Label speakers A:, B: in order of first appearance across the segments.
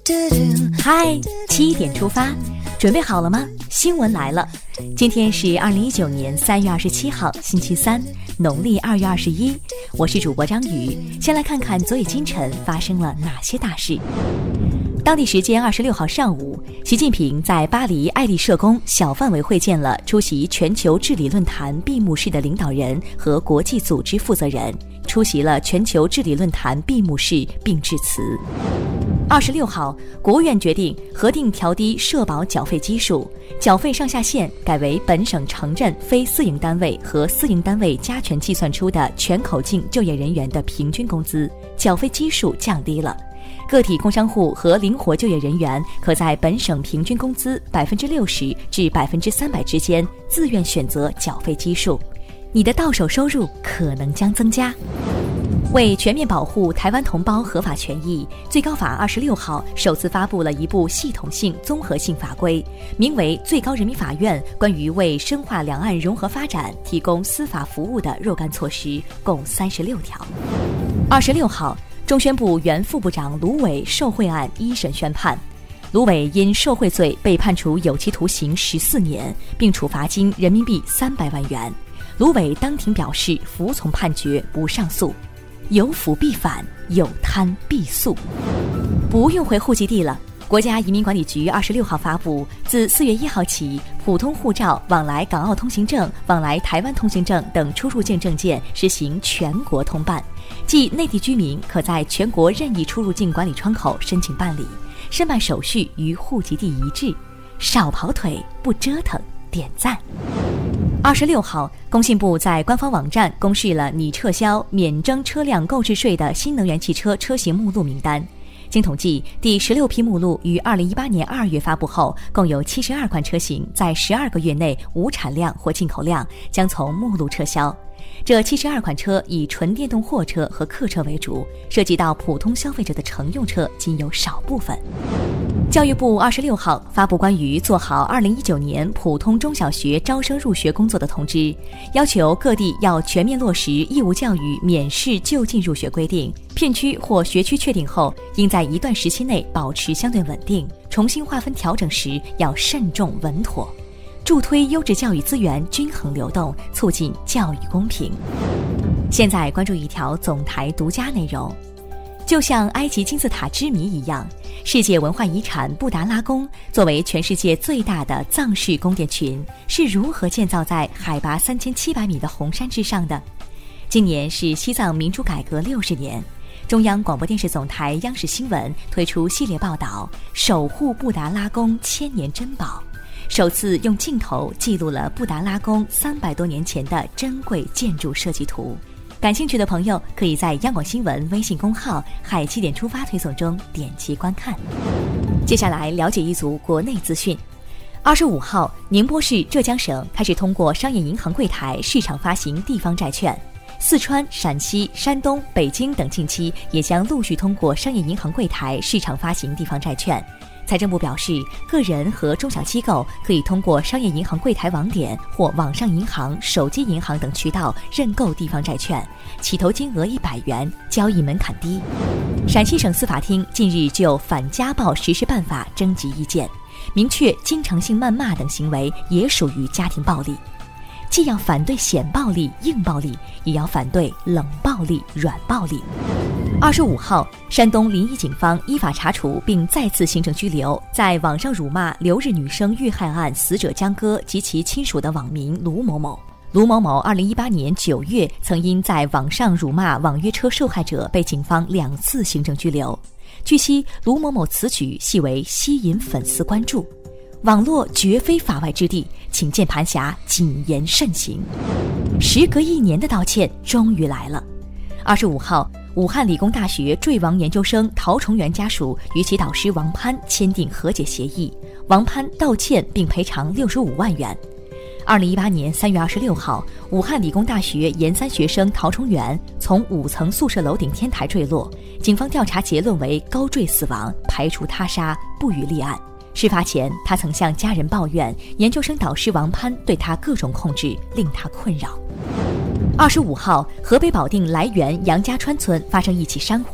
A: 嗨，7点出发，准备好了吗？新闻来了，今天是2019年3月27号，星期三，农历2月21。我是主播张宇，先来看看昨夜今晨发生了哪些大事。当地时间26号上午，习近平在巴黎爱丽舍宫小范围会见了出席全球治理论坛闭幕式的领导人和国际组织负责人，出席了全球治理论坛闭幕式并致辞。26号，国务院决定核定调低社保缴费基数，缴费上下限改为本省城镇非私营单位和私营单位加权计算出的全口径就业人员的平均工资，缴费基数降低了。个体工商户和灵活就业人员可在本省平均工资60%至300%之间自愿选择缴费基数，你的到手收入可能将增加。为全面保护台湾同胞合法权益，最高法26号首次发布了一部系统性综合性法规，名为《最高人民法院关于为深化两岸融合发展提供司法服务的若干措施》，共36条。26号，中宣部原副部长卢伟受贿案一审宣判，卢伟因受贿罪被判处有期徒刑14年，并处罚金人民币300万元。卢伟当庭表示服从判决，不上诉。有腐必反，有贪必诉。不用回户籍地了。国家移民管理局26号发布，自4月1号起，普通护照、往来港澳通行证、往来台湾通行证等出入境证件实行全国通办，即内地居民可在全国任意出入境管理窗口申请办理，申办手续与户籍地一致。少跑腿，不折腾，点赞。26号，工信部在官方网站公示了拟撤销免征车辆购置税的新能源汽车车型目录名单。经统计，第16批目录于2018年2月发布后，共有72款车型在12个月内无产量或进口量，将从目录撤销。这72款车以纯电动货车和客车为主，涉及到普通消费者的乘用车仅有少部分。教育部26号发布关于做好2019年普通中小学招生入学工作的通知，要求各地要全面落实义务教育免试就近入学规定，片区或学区确定后，应在一段时期内保持相对稳定，重新划分调整时要慎重稳妥，助推优质教育资源均衡流动，促进教育公平。现在关注一条总台独家内容。就像埃及金字塔之谜一样，世界文化遗产布达拉宫作为全世界最大的藏式宫殿群，是如何建造在海拔3700米的红山之上的？今年是西藏民主改革60年，中央广播电视总台央视新闻推出系列报道《守护布达拉宫千年珍宝》，首次用镜头记录了布达拉宫300多年前的珍贵建筑设计图。感兴趣的朋友可以在央广新闻微信公号海7点出发推送中点击观看。接下来了解一组国内资讯。25号，宁波市、浙江省开始通过商业银行柜台市场发行地方债券，四川、陕西、山东、北京等近期也将陆续通过商业银行柜台市场发行地方债券。财政部表示，个人和中小机构可以通过商业银行柜台网点或网上银行、手机银行等渠道认购地方债券，起投金额100元，交易门槛低。陕西省司法厅近日就反家暴实施办法征集意见，明确经常性谩骂等行为也属于家庭暴力，既要反对显暴力、硬暴力，也要反对冷暴力、软暴力。25号，山东临沂警方依法查处并再次行政拘留在网上辱骂留日女生遇害案死者江歌及其亲属的网民卢某某。卢某某2018年9月曾因在网上辱骂网约车受害者被警方2次行政拘留。据悉，卢某某此举系为吸引粉丝关注，网络绝非法外之地，请键盘侠谨言慎行。时隔1年的道歉终于来了。25号，武汉理工大学坠亡研究生陶崇元家属与其导师王攀签订和解协议，王攀道歉并赔偿65万元。2018年3月26号，武汉理工大学研3学生陶崇元从5层宿舍楼顶天台坠落，警方调查结论为高坠死亡，排除他杀，不予立案。事发前，他曾向家人抱怨研究生导师王攀对他各种控制，令他困扰。25号，河北保定涞源杨家川村发生一起山火，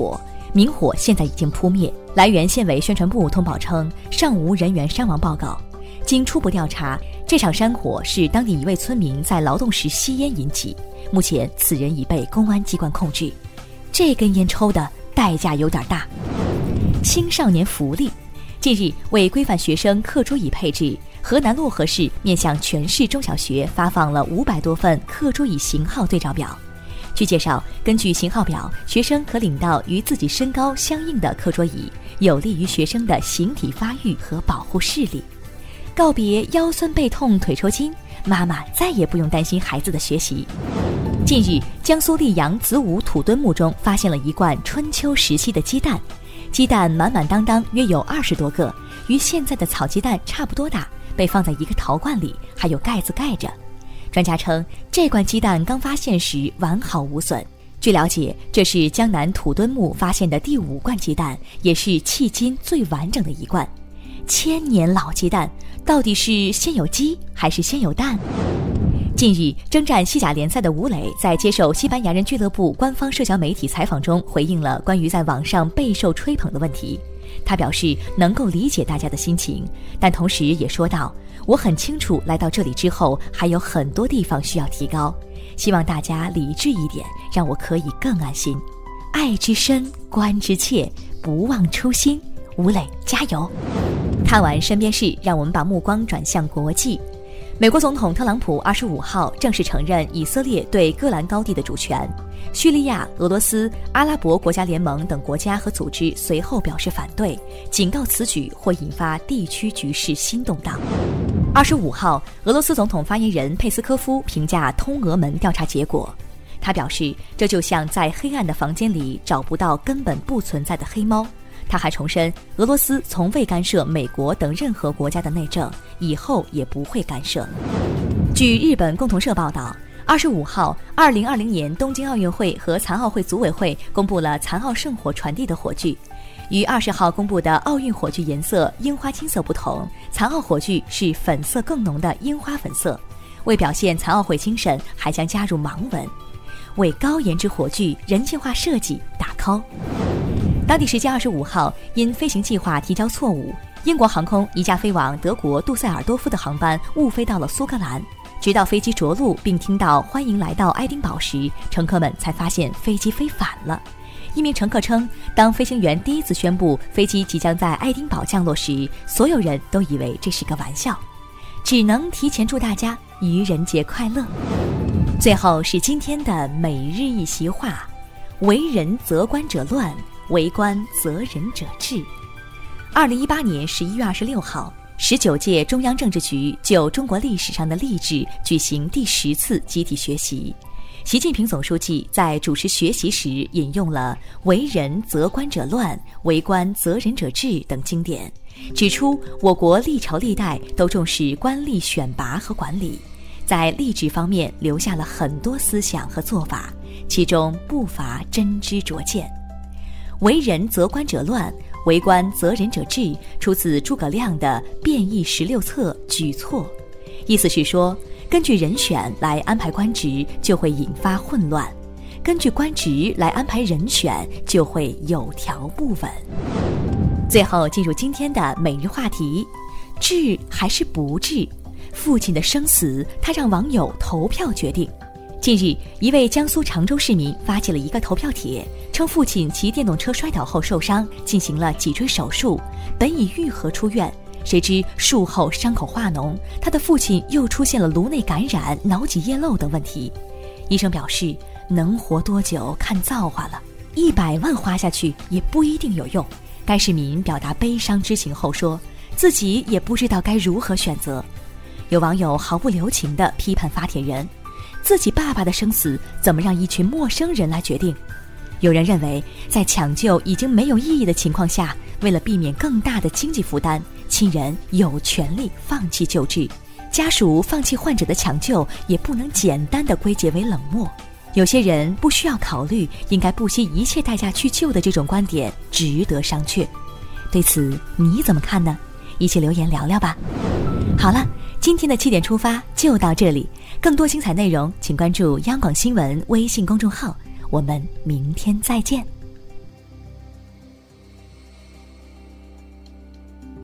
A: 明火现在已经扑灭。来源县委宣传部通报称，尚无人员伤亡报告。经初步调查，这场山火是当地一位村民在劳动时吸烟引起，目前此人已被公安机关控制。这根烟抽的代价有点大。青少年福利，近日为规范学生课桌椅配置，河南漯河市面向全市中小学发放了500多份课桌椅型号对照表。据介绍，根据型号表，学生可领到与自己身高相应的课桌椅，有利于学生的形体发育和保护视力。告别腰酸背痛腿抽筋，妈妈再也不用担心孩子的学习。近日，江苏溧阳子午土墩墓中发现了一罐春秋时期的鸡蛋，鸡蛋满满当当，约有20多个，与现在的草鸡蛋差不多大，被放在一个陶罐里，还有盖子盖着。专家称，这罐鸡蛋刚发现时完好无损。据了解，这是江南土墩墓发现的第5罐鸡蛋，也是迄今最完整的一罐。1000年老鸡蛋，到底是先有鸡还是先有蛋？近日，征战西甲联赛的吴磊在接受西班牙人俱乐部官方社交媒体采访中，回应了关于在网上备受吹捧的问题。他表示能够理解大家的心情，但同时也说道，我很清楚来到这里之后还有很多地方需要提高，希望大家理智一点，让我可以更安心。爱之深，观之切，不忘初心。吴磊加油！看完身边事，让我们把目光转向国际。美国总统特朗普25号正式承认以色列对戈兰高地的主权。叙利亚、俄罗斯、阿拉伯国家联盟等国家和组织随后表示反对，警告此举或引发地区局势新动荡。25号，俄罗斯总统发言人佩斯科夫评价通俄门调查结果，他表示，这就像在黑暗的房间里找不到根本不存在的黑猫。他还重申，俄罗斯从未干涉美国等任何国家的内政，以后也不会干涉。据日本共同社报道，25号，2020年东京奥运会和残奥会组委会公布了残奥圣火传递的火炬。与20号公布的奥运火炬颜色樱花金色不同，残奥火炬是粉色更浓的樱花粉色。为表现残奥会精神，还将加入盲文，为高颜值火炬人性化设计打 call。当地时间25号，因飞行计划提交错误，英国航空一架飞往德国杜塞尔多夫的航班误飞到了苏格兰。直到飞机着陆并听到欢迎来到爱丁堡时，乘客们才发现飞机飞反了。一名乘客称，当飞行员第一次宣布飞机即将在爱丁堡降落时，所有人都以为这是个玩笑。只能提前祝大家愚人节快乐。最后是今天的每日一席话：为人则观者乱，为官则人者治。2018年11月26号，19届中央政治局就中国历史上的励志举行第10次集体学习。习近平总书记在主持学习时引用了“为人则观者乱，为官则人者治”等经典，指出我国历朝历代都重视官吏选拔和管理，在吏治方面留下了很多思想和做法，其中不乏真知灼见。为人则观者乱，为官则人者治，出自诸葛亮的《变易16策·举措》，意思是说，根据人选来安排官职就会引发混乱，根据官职来安排人选就会有条不紊。最后进入今天的每日话题：治还是不治？父亲的生死，他让网友投票决定。近日，一位江苏常州市民发起了一个投票帖，称父亲骑电动车摔倒后受伤，进行了脊椎手术，本已愈合出院，谁知术后伤口化脓，他的父亲又出现了颅内感染、脑脊液漏等问题。医生表示，能活多久看造化了，100万花下去也不一定有用。该市民表达悲伤之情后说，自己也不知道该如何选择。有网友毫不留情地批判发帖人，自己爸爸的生死怎么让一群陌生人来决定？有人认为，在抢救已经没有意义的情况下，为了避免更大的经济负担，亲人有权利放弃救治，家属放弃患者的抢救也不能简单地归结为冷漠。有些人不需要考虑，应该不惜一切代价去救的这种观点值得商榷。对此你怎么看呢？一起留言聊聊吧。好了，今天的7点出发就到这里，更多精彩内容请关注央广新闻微信公众号，我们明天再见。